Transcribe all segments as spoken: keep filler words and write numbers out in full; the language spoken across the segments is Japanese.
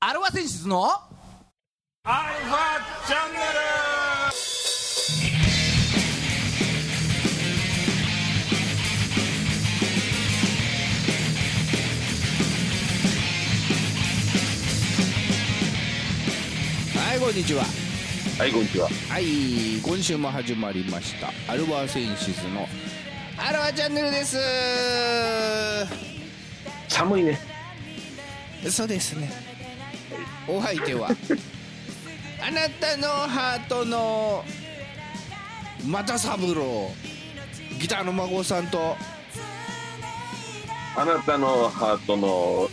アルファセンシズのアルファチャンネル。 はい、こんにちは。 はい、こんにちは。 はい、今週も始まりましたアルファセンシズのアルファチャンネルです。 寒いね。 そうですね。お相手はあなたのハートの又三郎ギターの孫さんと、 あなたのハートの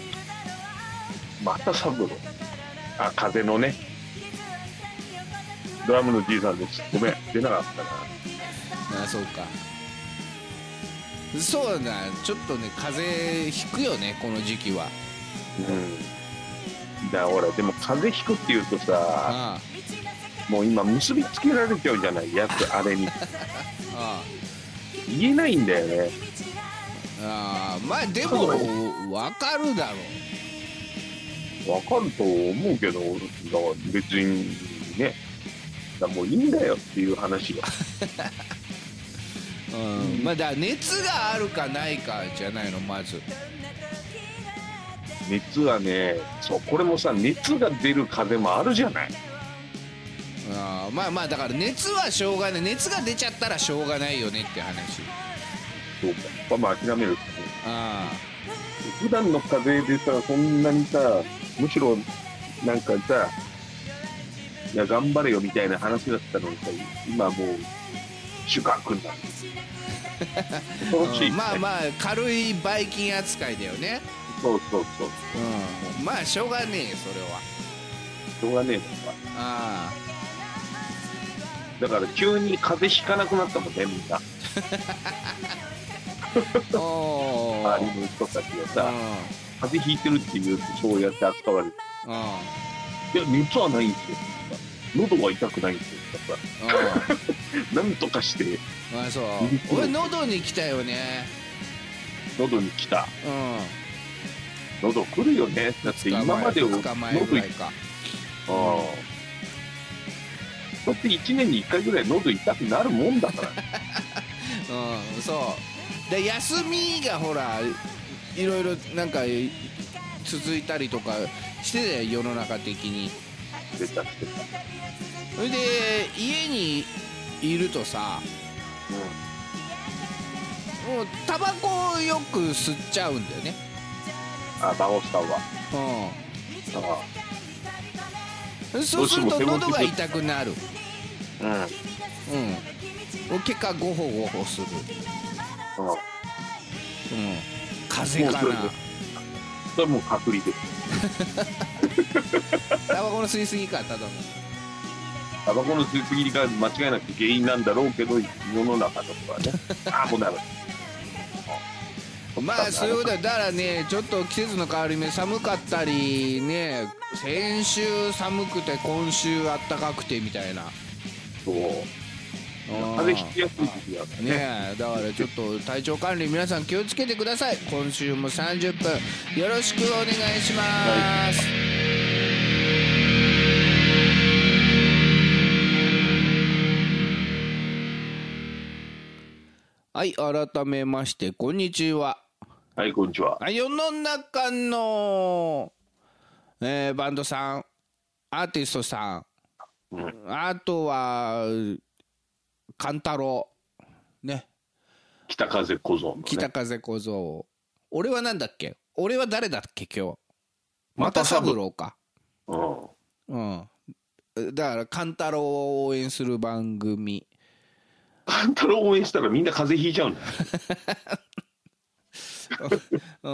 又三郎、あ、風のね、ドラムのじいさんです。ごめん、出なかったな。 あ、そうか。そうだ、ちょっとね風邪ひくよね、この時期は。 うん。だからほら、でも風邪ひくっていうとさ、 あもう今結びつけられちゃうじゃない、やつあれに。 あ言えないんだよね。 ああ、まあでも分かるだろわかると思うけど、だから別にね、だからもういいんだよっていう話が。 う、うん、まあだから熱があるかないかじゃないの、まず。 熱はね、そう、これもさ、熱が出る風邪もあるじゃない。 あ、まあまあだから熱はしょうがない、熱が出ちゃったらしょうがないよねって話。 そうか、まあ諦めるってね。 あ普段の風邪でさ、そんなにさ、むしろなんかさ、いや頑張れよみたいな話だったのにさ、今もう主観だ。恐ろしい、ね、 うん、まあまあ軽いばい菌扱いだよね。 そうそうそう。 うん、まあしょうがねえよそれは。 しょうがねえのか。 あだから急に風邪ひかなくなったもんね、みんな。 あおー、 周りの人たちがさ、 う風邪ひいてるっていうとそうやって扱われる。 んいや、熱はないんですよ。喉は痛くないんですよ。だからなんとかして。 うん、あ、そう俺喉に来たよね。 喉に来た。 うん、 喉来るよね。だって今までをふつかまえぐらいか。 ああ。だっていちねんにいっかいぐらい喉痛くなるもんだから。 うん、そうで休みがほらいろいろなんか続いたりとかしてたよ、世の中的に。 出たしてた。 それで家にいるとさ、もうタバコをよく吸っちゃうんだよね。 うん。あ、バゴスタンは。 うん、そうすると喉が痛くなる。 うん。うん。 うん、結果ゴホゴホする。うん、風邪かな。 それもう隔離です。 タバコの吸いすぎか、ただの。 タバコの吸いすぎが間違いなく原因なんだろうけど、世の中とかね。あ、もうなる。 まあそういうことだ。だからね、ちょっと季節の変わり目寒かったりね、先週寒くて今週暖かくてみたいな。 そう風邪ひきやすい時期だからね。 ねえ、だからちょっと体調管理皆さん気をつけてください。今週もさんじゅっぷんよろしくお願いします。はい、はい、改めましてこんにちは。 はい、こんにちは。 世の中の、えーバンドさん、アーティストさん、うん、あとは勘太郎ね、 北風小僧、ね、 北風小僧。俺はなんだっけ、俺は誰だっけ今日、又三郎か。うん、うん、だから勘太郎を応援する番組。 勘太郎を応援したらみんな風邪ひいちゃうんだうん、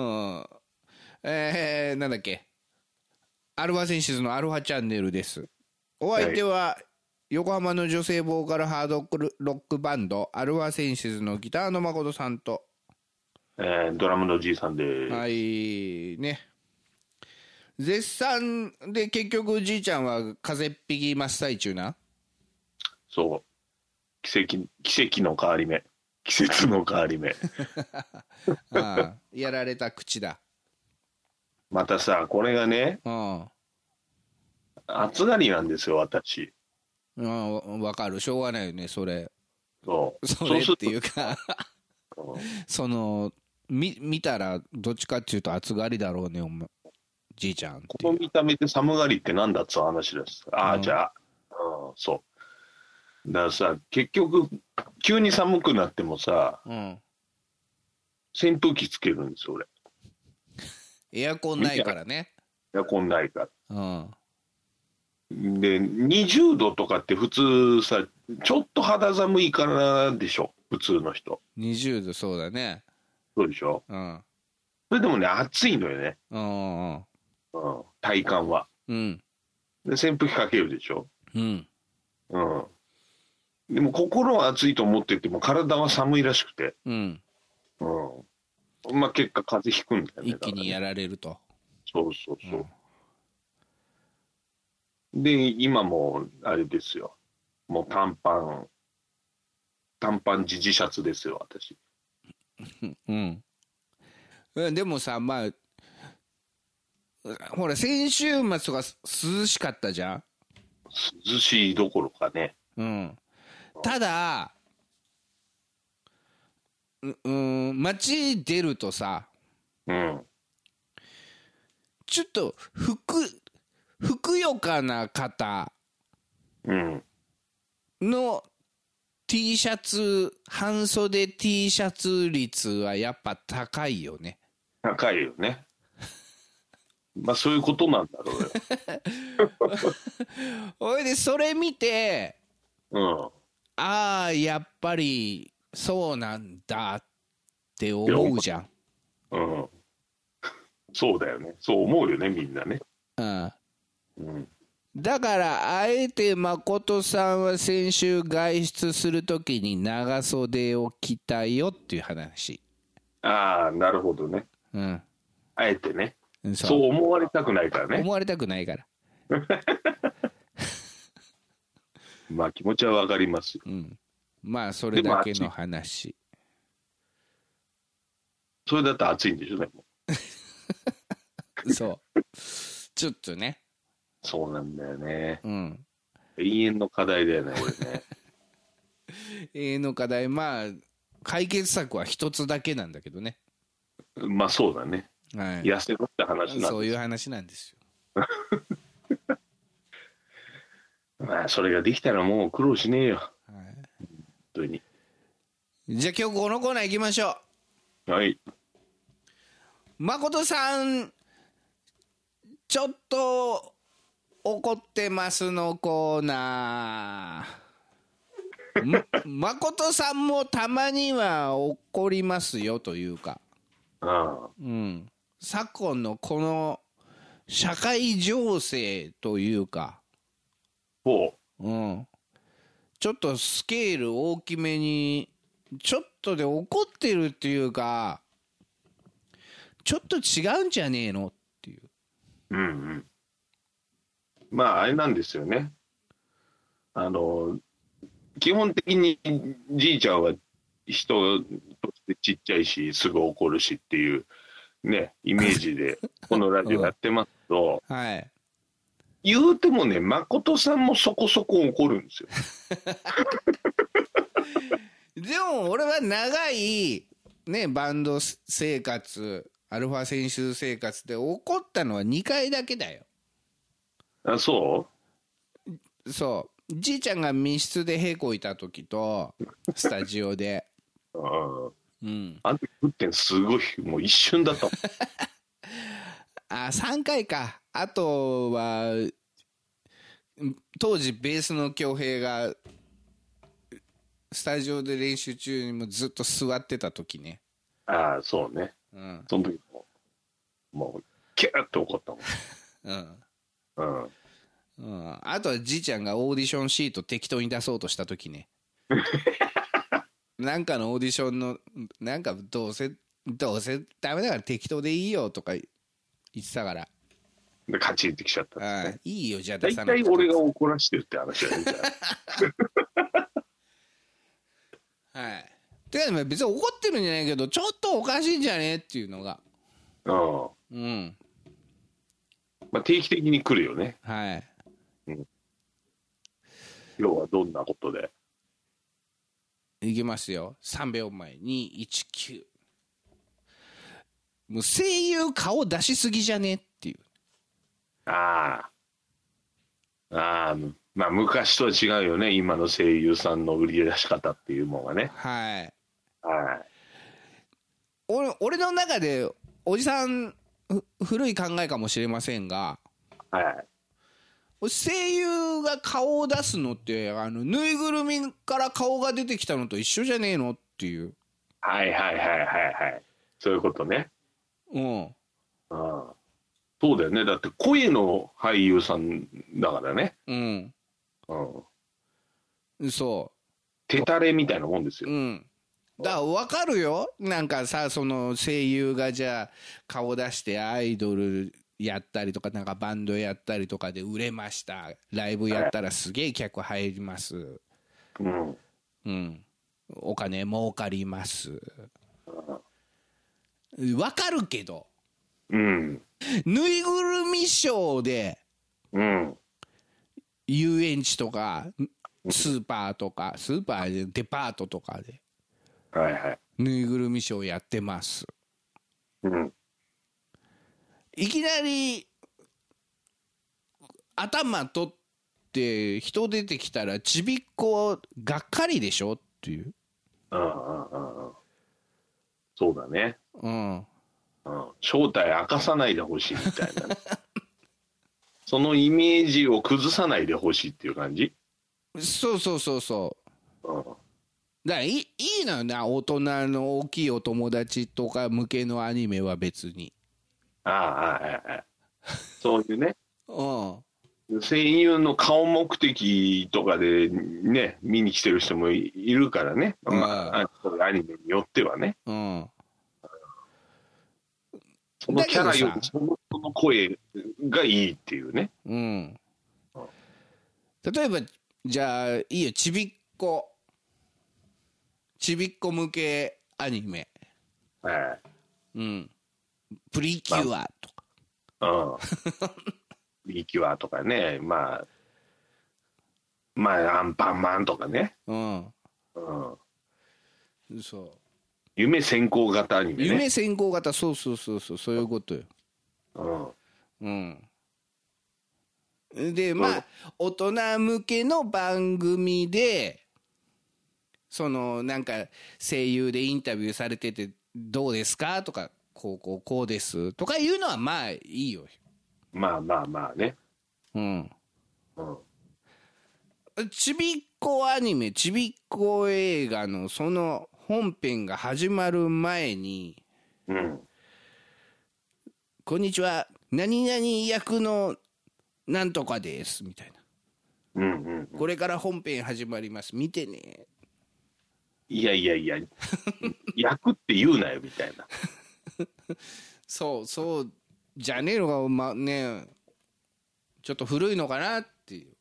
えー、なんだっけ、アルファセンシズのアルファチャンネルです。お相手は横浜の女性ボーカルハードロックバンドアルファセンシズのギターの誠さんと、 えー、ドラムのじいさんです。 はいね、絶賛で結局じいちゃんは風邪っぴき真っ最中な。 そう、奇跡奇跡の変わり目、季節の変わり目ああ、やられた口だ。 またさ、これがね、 うん暑がりなんですよ、私。 うんわかる、しょうがないよねそれそう。 それっていうかうんその見見たらどっちかっていうと暑がりだろうねお前じいちゃんっていうこの見た目で寒がりってなんだっつう話です。ああ、 うんじゃあ、うん、そう。だからさ、結局、急に寒くなってもさ、 うん扇風機つけるんですよ、俺。 エアコンないからねエアコンないかうんら。で、にじゅうどとかって普通さ、ちょっと肌寒いからでしょ、普通の人。 にじゅうどそうだねそうでしょ。 うんそれでもね、暑いのよね、 うんうんうん、体感は。 うんで、扇風機かけるでしょ。 うんうん。でも心は暑いと思ってても体は寒いらしくて。 うんうん。まあ結果風邪ひくんだよね。 一気にやだからねられるとそうそうそう。で、今もあれですよ。もう短パン、短パンジジシャツですよ、私。 うんうんでもさまあほら先週末とか涼しかったじゃん涼しいどころかね。 うんただううん街出るとさうん。 ちょっとふくふくよかな方うん。 の T シャツ半袖 T シャツ率はやっぱ高いよね高いよね。まあそういうことなんだろうよ。 おいでそれ見てうん。 ああやっぱりそうなんだって思うじゃん、 うん。そうだよね。そう思うよね、みんなね。 うん、 うん。 だからあえて誠さんは先週外出するときに長袖を着たよっていう話、 ああ、なるほどね。 うん、 あえてね。 そうそう思われたくないからね。 思われたくないから、 まあ気持ちはわかりますよ。 うん、まあそれだけの話それだと暑いんでしょ、でも。 そうちょっとね、 そうなんだよね。 うん、 永遠の課題だよね、俺ね。 永遠の課題まあ解決策は一つだけなんだけどね、 まあそうだね。 はい、 痩せろって話なんです。 そういう話なんですよまあそれができたらもう苦労しねえよ。 はい、 本当に。 じゃあ今日このコーナー行きましょう。 はい。 誠さんちょっと怒ってますのコーナー誠さんもたまには怒りますよというか、 あうん、昨今のこの社会情勢というか、 ほうん、ちょっとスケール大きめにちょっとで怒ってるっていうかちょっと違うんじゃねえのっていう、 う。うんうん。まああれなんですよね。あの、基本的にじいちゃんは人としてちっちゃいし、すぐ怒るしっていうね、イメージでこのラジオやってますけど、 はい、 言うてもね、誠さんもそこそこ怒るんですよ。 でも俺は長いねバンド生活アルファ選手生活で怒ったのはにかいだけだよ。 あ、そそうじいちゃんが密室でへこいた時とスタジオでうあうんあの時沸点すごい、もう一瞬だったもん。 あさんかいか。あとは当時ベースの恭平がスタジオで練習中にもずっと座ってた時ね、 ああ、そうね。 うんその時も、もう、キャーって怒ったもん。 うんうん。 うん、あとはじいちゃんがオーディションシート適当に出そうとした時ねなんかのオーディションのなんかどうせどうせダメだから適当でいいよとか言ってたから、 で、カチンってきちゃったんああですね。 いいよじゃあ出大さなくて体俺が怒らしてるって話だよね、じゃはいてか別に怒ってるんじゃないけどちょっとおかしいんじゃねっていうのがあ。うん。 うんまあ、定期的に来るよね。 はい、 うん、今日はどんなことでいきますよ。さんびょうまえにいちきゅう。もう声優顔出しすぎじゃねっていう。 ああああ、まあ昔とは違うよね、今の声優さんの売り出し方っていうものがね。 はいはい。 俺, 俺の中でおじさん古い考えかもしれませんが、 はい、 声優が顔を出すのってあのぬいぐるみから顔が出てきたのと一緒じゃねえのっていう。 はいはいはいはいはい、そういうことね。 うん、 ああ、そうだよね。だって声の俳優さんだからね。 うん、 うん、 そう手たれみたいなもんですよ。 うん、だから分かるよ。なんかさ、その声優がじゃあ顔出してアイドルやったりとかなんかバンドやったりとかで売れました、ライブやったらすげえ客入ります、 うん、 うん、お金儲かります、分かるけど、 うん、 ぬいぐるみショーで、 うん、 遊園地とかスーパーとかスーパーでデパートとかで、 はいはい、 ぬいぐるみショーやってます、 うん、 いきなり頭取って人出てきたらちびっこがっかりでしょっていう。 ああああ、そうだね。 うん、 うん、正体明かさないでほしいみたいな、ね、そのイメージを崩さないでほしいっていう感じ。 そうそうそうそう、うん、だからいい、いいのよな、大人の大きいお友達とか向けのアニメは別に。 ああ、ああ、そういうね、 うん、 声優の顔目的とかでね見に来てる人もいるからね、まあ、アニメによってはね、 うん、 そのキャラよりその人の声がいいっていうね、 うん、例えばじゃあいいよ、ちびっこちびっこ向けアニメ、 はい、 うん、プリキュアとか、 まあ、うんプリキュアとかね、まあまあアンパンマンとかね、うん、 うん、そう、 夢先行型アニメね、 夢先行型、そうそうそうそう、そういうことよ。うん、うん、でまあ大人向けの番組でそのなんか声優でインタビューされててどうですかとか、こうこうこうですとかいうのはまあいいよ。 まあまあまあね、 うん、うん、ちびっこアニメちびっこ映画のその本編が始まる前に、 うん、 こんにちは何々役のなんとかですみたいな、うんうんうん、これから本編始まります見てね、 いやいやいや役って言うなよみたいなそうそうじゃねえのが、まあね、ちょっと古いのかなっていう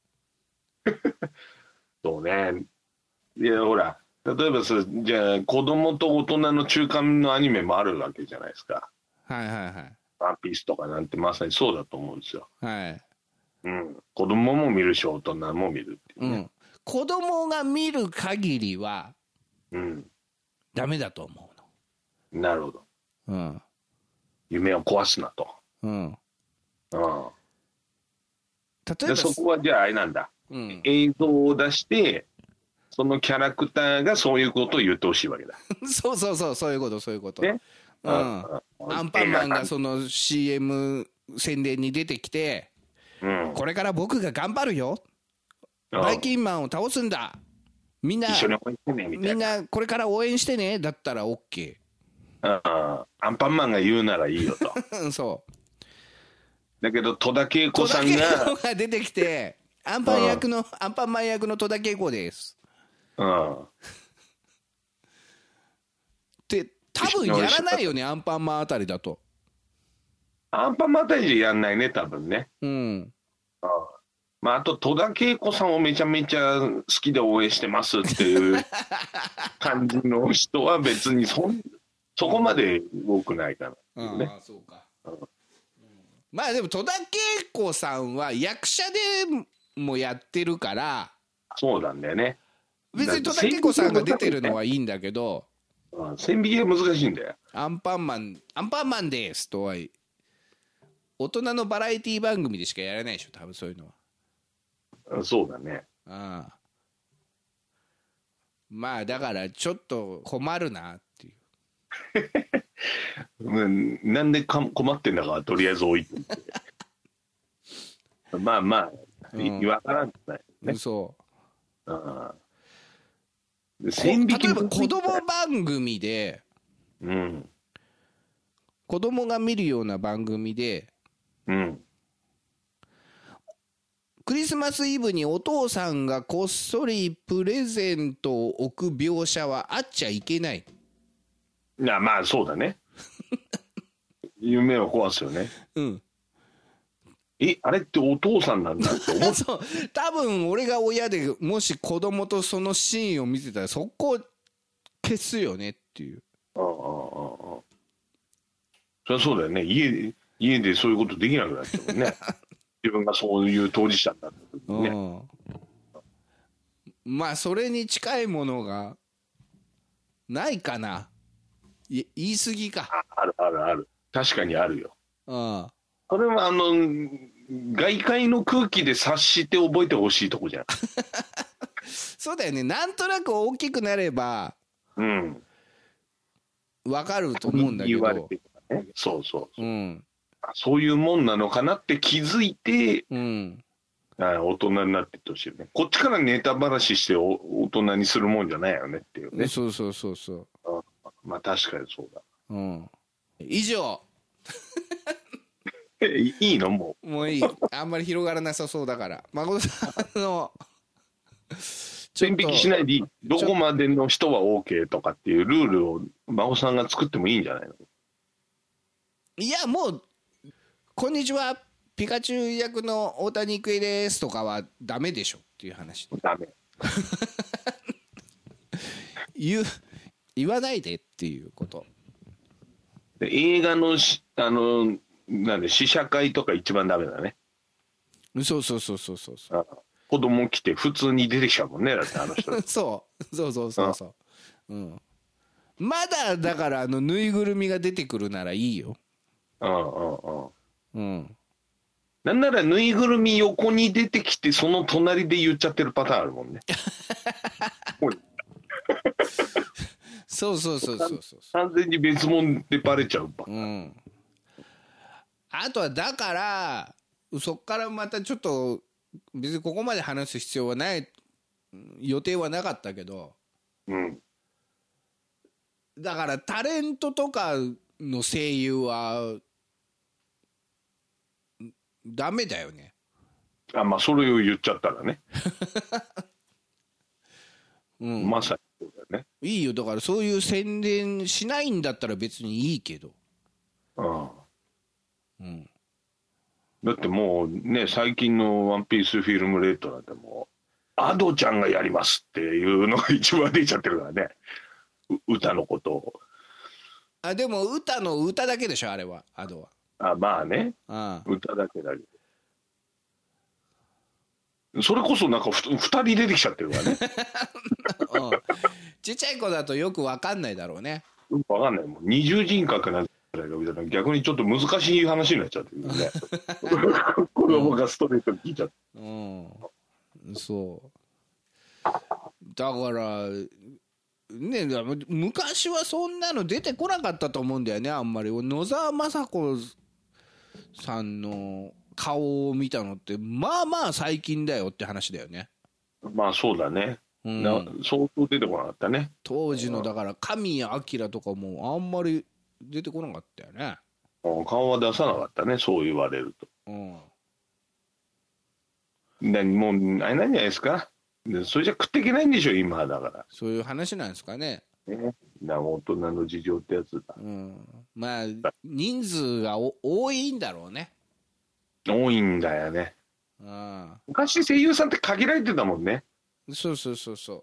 そうね、いやほら例えばさ、じゃあ子供と大人の中間のアニメもあるわけじゃないですか。 はいはいはい。 ワンピースとかなんてまさにそうだと思うんですよ。 はい。 うん。子供も見るし大人も見るっていうね。うん、 子供が見る限りは、うん、ダメだと思うの。なるほど。 うん。 夢を壊すなと。うん。うん。例えばそこはじゃああれなんだ。うん、映像を出して。そのキャラクターがそういうことを言ってほしいわけだそうそうそう、そういうことそういうこと、ね、うん、アンパンマンがその シーエム 宣伝に出てきて、うん、これから僕が頑張るよ、バイキンマンを倒すんだ、みんな一緒に応援してねみたいな、みんなこれから応援してねだったら OK、 あアンパンマンが言うならいいよとそうだけど戸田恵子さんが戸田恵子が出てきてアンパン役の、うん、アンパンマン役の戸田恵子ですうん、で多分やらないよね、アンパンマンあたりだと。 アンパンマンあたりでやんないね多分ね。うん。あ, まあ、あと戸田恵子さんをめちゃめちゃ好きで応援してますっていう感じの人は別に そ, そこまで多くないかな、ね、 ああそうか、うん、 まあでも戸田恵子さんは役者でもやってるからそうなんだよね。 別に戸田恵子さんが出てるのはいいんだけど、 うん、線引きが難しいんだよ。 アンパンマンアンパンマンですとは大人のバラエティ番組でしかやらないでしょ多分そういうのは。 そうだね。 ああ、まあだからちょっと困るなっていううん、なんでか困ってんだかとりあえず置いてまあまあ、うん、わからんないね。 そう、 うん、線引き例えば子供番組で、 うん、 子供が見るような番組で、 うん、 クリスマスイブにお父さんがこっそりプレゼントを置く描写はあっちゃいけない。 いやまあそうだね夢を壊すよね。 うん。 えあれってお父さんなんだって思うそう多分俺が親でもし子供とそのシーンを見てたらそこ消すよねっていう。 ああああああそりゃそうだよね。家で家でそういうことできなくなっちゃうもんね自分がそういう当事者になってね、 うん、まあそれに近いものがないかな。い言い過ぎか。 あ、あるあるある。確かにあるよ。 うん。 これはあの外界の空気で察して覚えてほしいとこじゃんそうだよね。なんとなく大きくなればうん分かると思うんだけど、 言われてるね、そうそうそう、 うん、 そういうもんなのかなって気づいて、 うん、 あ大人になってってほしいよね。こっちからネタばらししてお大人にするもんじゃないよねっていうね。 そうそうそうそう。 あまあ確かにそうだ。 うん。以上いいのもうもういい。あんまり広がらなさそうだから誠さんの線引きしないでいい。どこまでの人は OK とかっていうルールを孫さんが作ってもいいんじゃないの。 いやもうこんにちはピカチュウ役の大谷育英ですとかはダメでしょっていう話。 ダメ言う言わないでっていうこと。 で映画のしあのなんで試写会とか一番ダメだね。 そうそうそうそうそうそう。 子供来て普通に出てきちゃうもんねだってあの人そうそうそうそうそう、うん、まだだからあのぬいぐるみが出てくるならいいよ。 うんうんうんうん。 なんならぬいぐるみ横に出てきてその隣で言っちゃってるパターンあるもんねそうそうそうそうそう。 完全に別物でバレちゃうパターン、うん、 あとはだからそっからまたちょっと別にここまで話す必要はない予定はなかったけど、 うん、 だからタレントとかの声優はダメだよね。 あまあそれを言っちゃったらね、 うん、 まさにそうだよね。 いいよだからそういう宣伝しないんだったら別にいいけど、 ああ、 うん、だってもうね最近のワンピースフィルムレッドなんてもうアドちゃんがやりますっていうのが一番出ちゃってるからね歌のことを。 あでも歌の歌だけでしょあれはアドは。 あまあね、ああ歌だけだけどそれこそなんかふふたり出てきちゃってるからねうん、ちっちゃい子だとよく分かんないだろうね。 よく分かんないもん二重人格なんじゃないかみたいな逆にちょっと難しい話になっちゃってるね子供がストレートに聞いちゃって、うん、 うん、そうだからね昔はそんなの出てこなかったと思うんだよねあんまり。野沢雅子さんの顔を見たのってまあまあ最近だよって話だよね。 まあそうだね、うん、な相当出てこなかったね当時の。だから神谷明とかもあんまり出てこなかったよね。 顔は出さなかったねそう言われると、うん、何もうあれなんじゃないですか。それじゃ食っていけないんでしょ今だから。 そういう話なんですかね。 ねな大人の事情ってやつだ、 うん、まあ人数がお多いんだろうね。 多いんだよね。あ昔声優さんって限られてたもんね。 そうそうそうそう。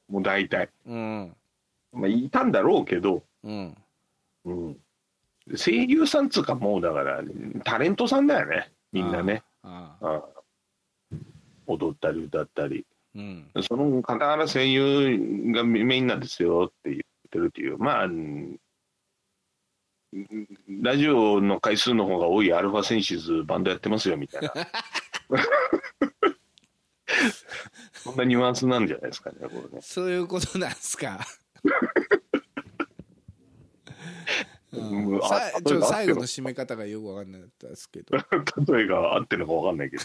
もう大体、 うん、 まあいたんだろうけど、 うん、 うん、 声優さんつうかもうだからタレントさんだよねみんなね。 ああああ、 ああ踊ったり歌ったり、 うん、 その傍ら声優がメインなんですよって言ってるっていう、まあラジオの回数の方が多いアルファセンシズバンドやってますよみたいなそんなニュアンスなんじゃないですかね、これね。 そういうことなんですか。 うん、 さあちょっと最後の締め方がよく分かんなかったですけど例えが合ってるのか分かんないけど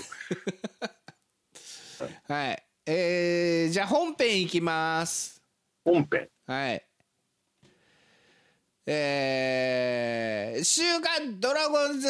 はい、えー、じゃあ本編いきます。 本編、 はい、えー、週刊ドラゴンズ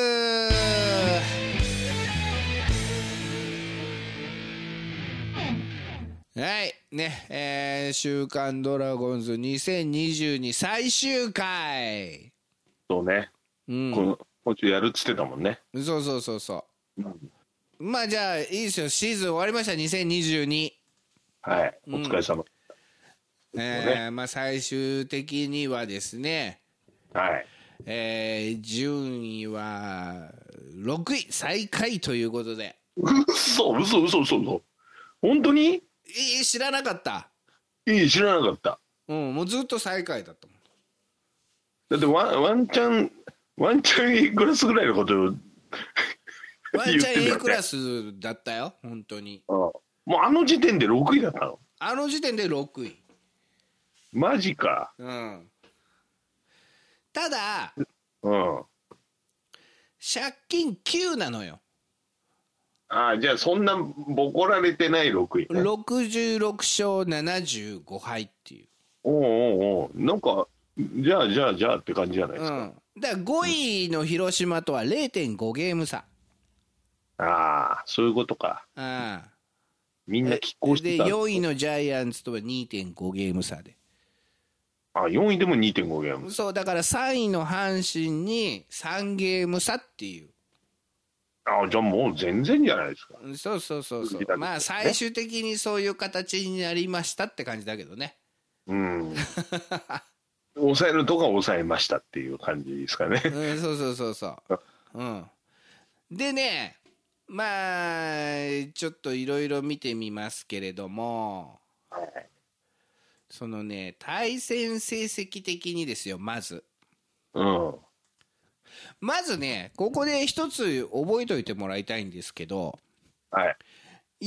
はいね、えー、週刊ドラゴンズにせんにじゅうに最終回。 そうね、 うん、 この今週やるっつってたもんね。 そうそうそうそう、 うん、 まあじゃあいいですよ、シーズン終わりましたにせんにじゅうに。 はい、お疲れ様、 うん、えーまあ、最終的にはですね、 はいえー、順位はろくい最下位ということで。 嘘嘘嘘嘘嘘本当に？ えー、知らなかった。 いい知らなかった。 うん、もうずっと最下位だったもん。 だってワンワンチャンワンチャン A クラスぐらいのことをワンチャン A クラスだったよ本当に。 ああ、もうあの時点でろくいだったの？ あの時点でろくい。 マジか。 うん。ただ、 うん。 借金きゅうなのよ。 ああ、じゃあそんなボコられてないろくい、ね、 ろくじゅうろくしょうななじゅうごはいっていう。 おうおうおう、なんかじゃあじゃあじゃあって感じじゃないですか。 うん、だからごいの広島とは れいてんご ゲーム差。 ああ、そういうことか。 ああ、 みんな拮抗してた。 でよんいのジャイアンツとは にてんご ゲーム差で。 あ、よんいでも にてんご ゲーム。 そうだからさんいの阪神にさんゲーム差っていう。 あ、じゃあもう全然じゃないですか。 そうそうそうそう、まあ最終的にそういう形になりましたって感じだけどね。 うん抑えるとか抑えましたっていう感じですかね。 うん、そうそうそうそう、うん、でね、まあちょっといろいろ見てみますけれども、 はい、 そのね対戦成績的にですよ、まず、 うん、 まずねここで一つ覚えておいてもらいたいんですけど、 はい、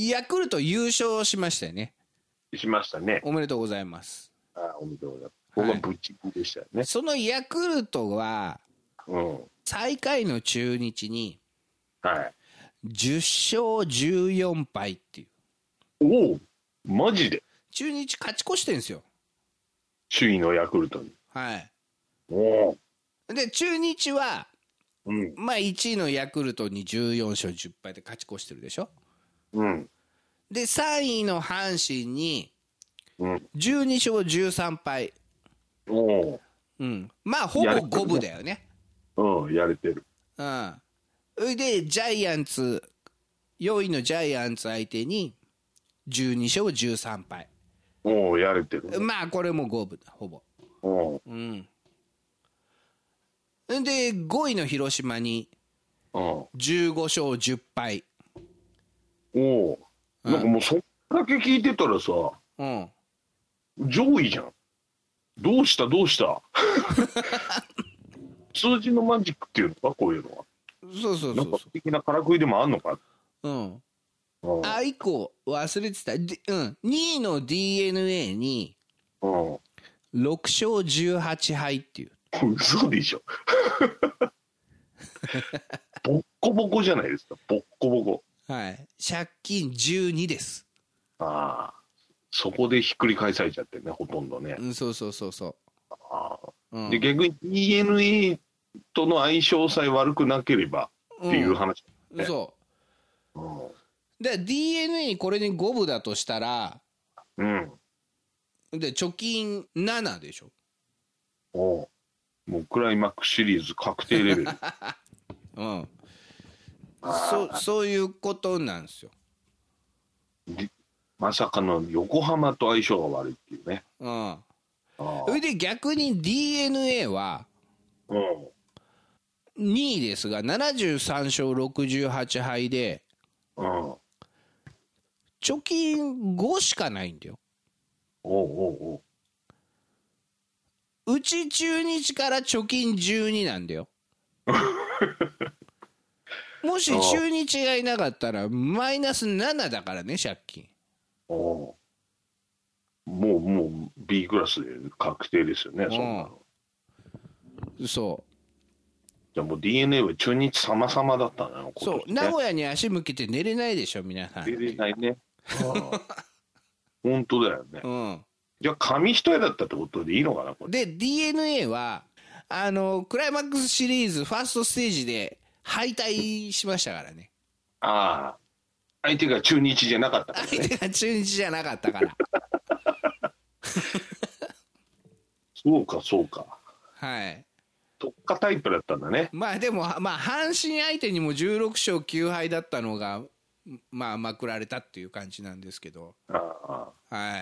ヤクルト優勝しましたよね。 しましたね。 おめでとうございます。 あ、おめでとうございます。僕はぶっちぎりでしたよね、はい、 そのヤクルトは、うん、最下位の中日に、はい、じゅっしょうじゅうよんはいっていう。 おお、マジで中日勝ち越してるんですよ、 首位のヤクルトに。 はい。 おお。 で中日は、 うん、 まあいちいのヤクルトにじゅうよんしょうじゅっぱいで勝ち越してるでしょ。 うん。 でさんいの阪神にじゅうにしょうじゅうさんはい。 おお。 うん。まあほぼ五分だよね。 うん、やれてる。 うん。それでジャイアンツよんいのジャイアンツ相手にじゅうにしょうじゅうさんはい。 おお、やれてる、ね。 まあこれも五分だほぼ。 おお。 うん。でごいの広島にじゅうごしょうじゅっはい。 おお。なんかもうそっだけ聞いてたらさ、うん、上位じゃん。どうしたどうした数字のマジックっていうのか、こういうのは。 そうそうそうそう。なんか的なからくりでもあんのか。 うん。あ、いっこ忘れてた。で、うん。にいの ディーエヌエー にろくしょうじゅうはちはいっていう。 嘘でしょボッコボコじゃないですか。ボッコボコ。 はい。借金じゅうにです。 ああ。そこでひっくり返されちゃってね、ほとんどね。 うん、そうそうそうそう。ああ、うん、で逆に ディーエヌエー との相性さえ悪くなければっていう話、 ね、うん、そう。うん、で ディーエヌエー にこれにごぶだとしたら、うん。で貯金ななでしょ。 おう。もうクライマックスシリーズ確定レベル。 うん。そそういうことなんですよ。 まさかの横浜と相性が悪いっていうね。 うん。それで逆に ディーエヌエー は、うん、 にいですがななじゅうさんしょうろくじゅうはちはいで、 うん、おう貯金ごしかないんだよ。 おうおううち中日から貯金じゅうになんだよ。もし中日がいなかったらマイナスななだからね、借金。 おうもうもう B クラスで確定ですよね、そんなの。 そうじゃあもう ディーエヌエー は中日様々だったのよ、 そう、 今年ね。 名古屋に足向けて寝れないでしょ皆さん。 出れないね。本当だよね。 うん、 じゃあ紙一重だったってことでいいのかな、これ。 で ディーエヌエー はあのクライマックスシリーズファーストステージで敗退しましたからね。 ああ、相手が中日じゃなかったからね。 相手が中日じゃなかったからそうかそうか。 はい。 特化タイプだったんだね。 まあでもまあ阪神相手にもじゅうろくしょうきゅうはいだったのがまあまくられたっていう感じなんですけど。 ああ、 はい。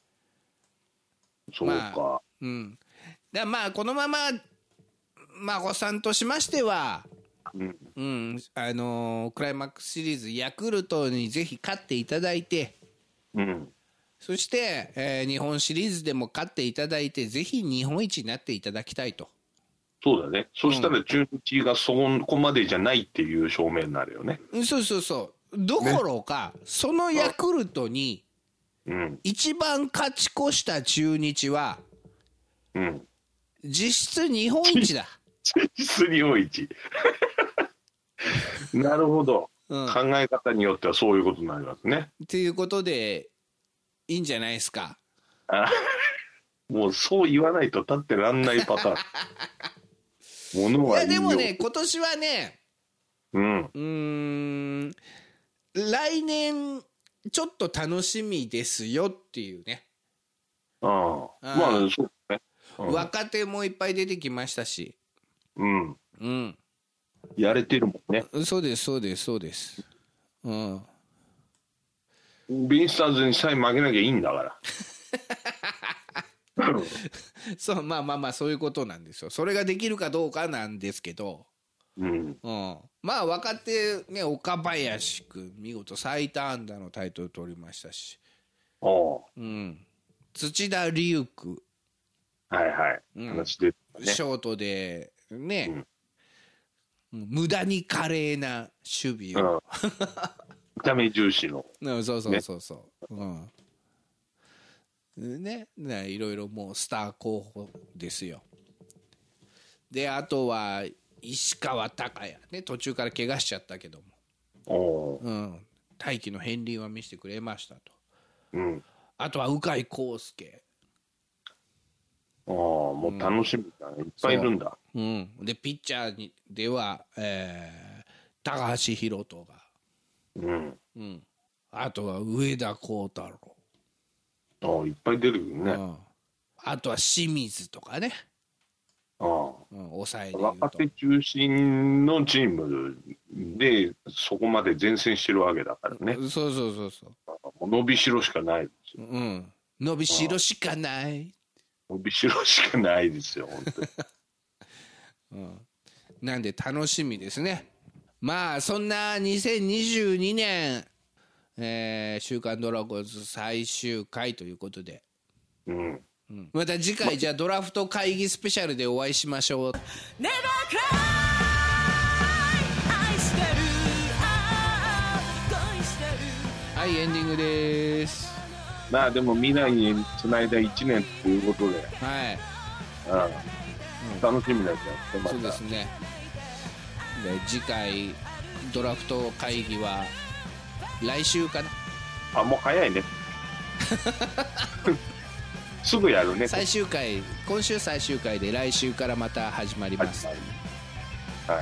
そうか。 まあ、うん。だまあこのまま孫さんとしましては、 うんうん、あのークライマックスシリーズヤクルトにぜひ勝っていただいて、 うん、 そして、えー日本シリーズでも勝っていただいてぜひ日本一になっていただきたいと。 そうだね。そしたら中日がそこまでじゃないっていう証明になるよね。 うんそうそうそうどころか、ね、そのヤクルトに一番勝ち越した中日は、 うん、 実質日本一だ。 実質日本一なるほど、うん、考え方によってはそういうことになりますね。 っていうことでいいんじゃないですか。 あもうそう言わないと立ってらんないパターンものはいいよ。いやでもね今年はね、 うん、 うーん来年ちょっと楽しみですよっていうね。 ああまあそうね、うん、 若手もいっぱい出てきましたし、 うんうんやれてるもんね。 そうですそうですそうです。うんベイスターズにさえ負けなきゃいいんだからそうまあまあまあそういうことなんですよ。それができるかどうかなんですけど、 うんうん、まあ若手ね岡林君見事最多安打のタイトル取りましたし、 ああ、 うん、土田龍空はいはい、うん、話で、ね、 ショートでね、うん、無駄に華麗な守備を、うん、 見た目重視の、 うん、そうそうそうそう、ねうんね、ねいろいろもうスター候補ですよ。であとは石川昂弥ね途中から怪我しちゃったけども、うん、大気の片鱗は見せてくれましたと、うん、あとは鵜飼康介。 ああもう楽しみだね、うん、いっぱいいるんだ。 う、うん、でピッチャーにでは、えー、高橋宏斗が、うんうん、あとは上田幸太郎。 ああいっぱい出るよね、うん、 あとは清水とかね。 ああ、 うん、抑えで若手中心のチームでそこまで前線してるわけだからね。 そうそうそうそうもう伸びしろしかないですよ、 うん、伸びしろしかない。 伸びしろしかないですよ本当に、 うん、なんで楽しみですね。まあそんなにせんにじゅうにねん、えー、週刊ドラゴンズ最終回ということで、うんうん、また次回じゃあドラフト会議スペシャルでお会いしましょう。はいエンディングです。 まあでも未来につないだいちねんということで、はい、ああ、うん、楽しみだじゃん、ま、 そうですね。で次回ドラフト会議は来週かな。 あもう早いねすぐやるね。 最終回今週最終回で来週からまた始まります。はい、 はい、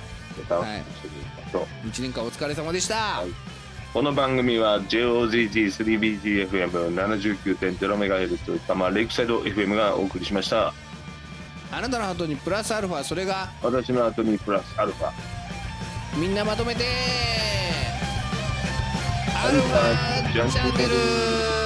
いちねんかんお疲れ様でした、はい。 この番組は ジェイオージージースリービージーエフエムななじゅうきゅうてんゼロメガヘルツ 多摩レイクサイド エフエム がお送りしました。 あなたの後にプラスアルファ、それが私の後にプラスアルファ、 みんなまとめてアルファチャンネル。